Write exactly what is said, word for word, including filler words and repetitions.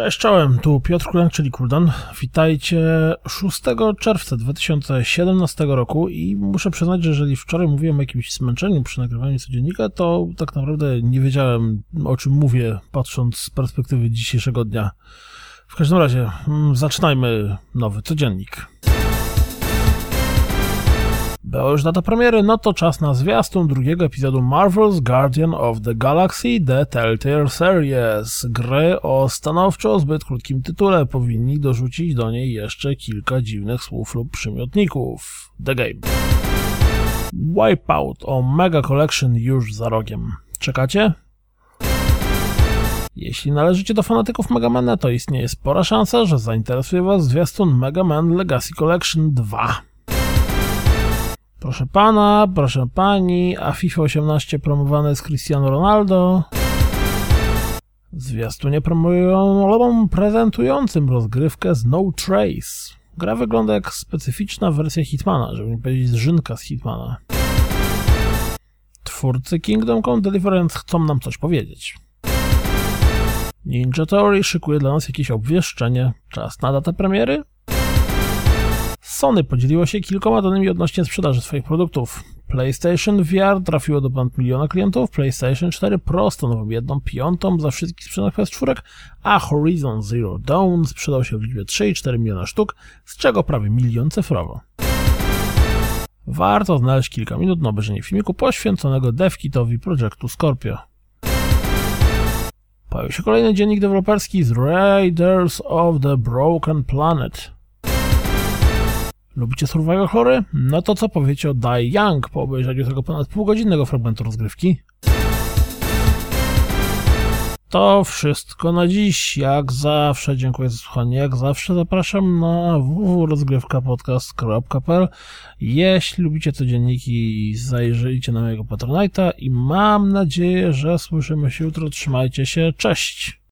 Cześć, czołem, tu Piotr Kulank, czyli Kuldan. Witajcie szóstego czerwca dwa tysiące siedemnastego roku i muszę przyznać, że jeżeli wczoraj mówiłem o jakimś zmęczeniu przy nagrywaniu codziennika, to tak naprawdę nie wiedziałem, o czym mówię, patrząc z perspektywy dzisiejszego dnia. W każdym razie, zaczynajmy nowy codziennik. Była już data premiery, no to czas na zwiastun drugiego epizodu Marvel's Guardian of the Galaxy The Telltale Series. Gry o stanowczo zbyt krótkim tytule, powinni dorzucić do niej jeszcze kilka dziwnych słów lub przymiotników. The Game. Wipeout o Mega Collection już za rogiem. Czekacie? Jeśli należycie do fanatyków Mega Mana, to istnieje spora szansa, że zainteresuje was zwiastun Mega Man Legacy Collection dwa. Proszę pana, proszę pani, a FIFA osiemnaście promowane jest Cristiano Ronaldo. Zwiastunie promują prezentującym rozgrywkę z No Trace. Gra wygląda jak specyficzna wersja Hitmana, żeby nie powiedzieć zżynka z Hitmana. Twórcy Kingdom Come Deliverance chcą nam coś powiedzieć. Ninja Theory szykuje dla nas jakieś obwieszczenie. Czas na datę premiery? Sony podzieliło się kilkoma danymi odnośnie sprzedaży swoich produktów. PlayStation V R trafiło do ponad miliona klientów, PlayStation cztery Pro stanowią jedną piątą za wszystkich sprzedanych P S cztery, a Horizon Zero Dawn sprzedał się w liczbie trzy i cztery miliona sztuk, z czego prawie milion cyfrowo. Warto znaleźć kilka minut na obejrzenie filmiku poświęconego devkitowi projektu Scorpio. Pojawił się kolejny dziennik deweloperski z Raiders of the Broken Planet. Lubicie survival horrory? No to co powiecie o Die Young po obejrzeniu tego ponad półgodzinnego fragmentu rozgrywki? To wszystko na dziś. Jak zawsze dziękuję za słuchanie. Jak zawsze zapraszam na w w w kropka rozgrywka podcast kropka p l. Jeśli lubicie codzienniki, zajrzyjcie na mojego Patronite'a i mam nadzieję, że słyszymy się jutro. Trzymajcie się. Cześć!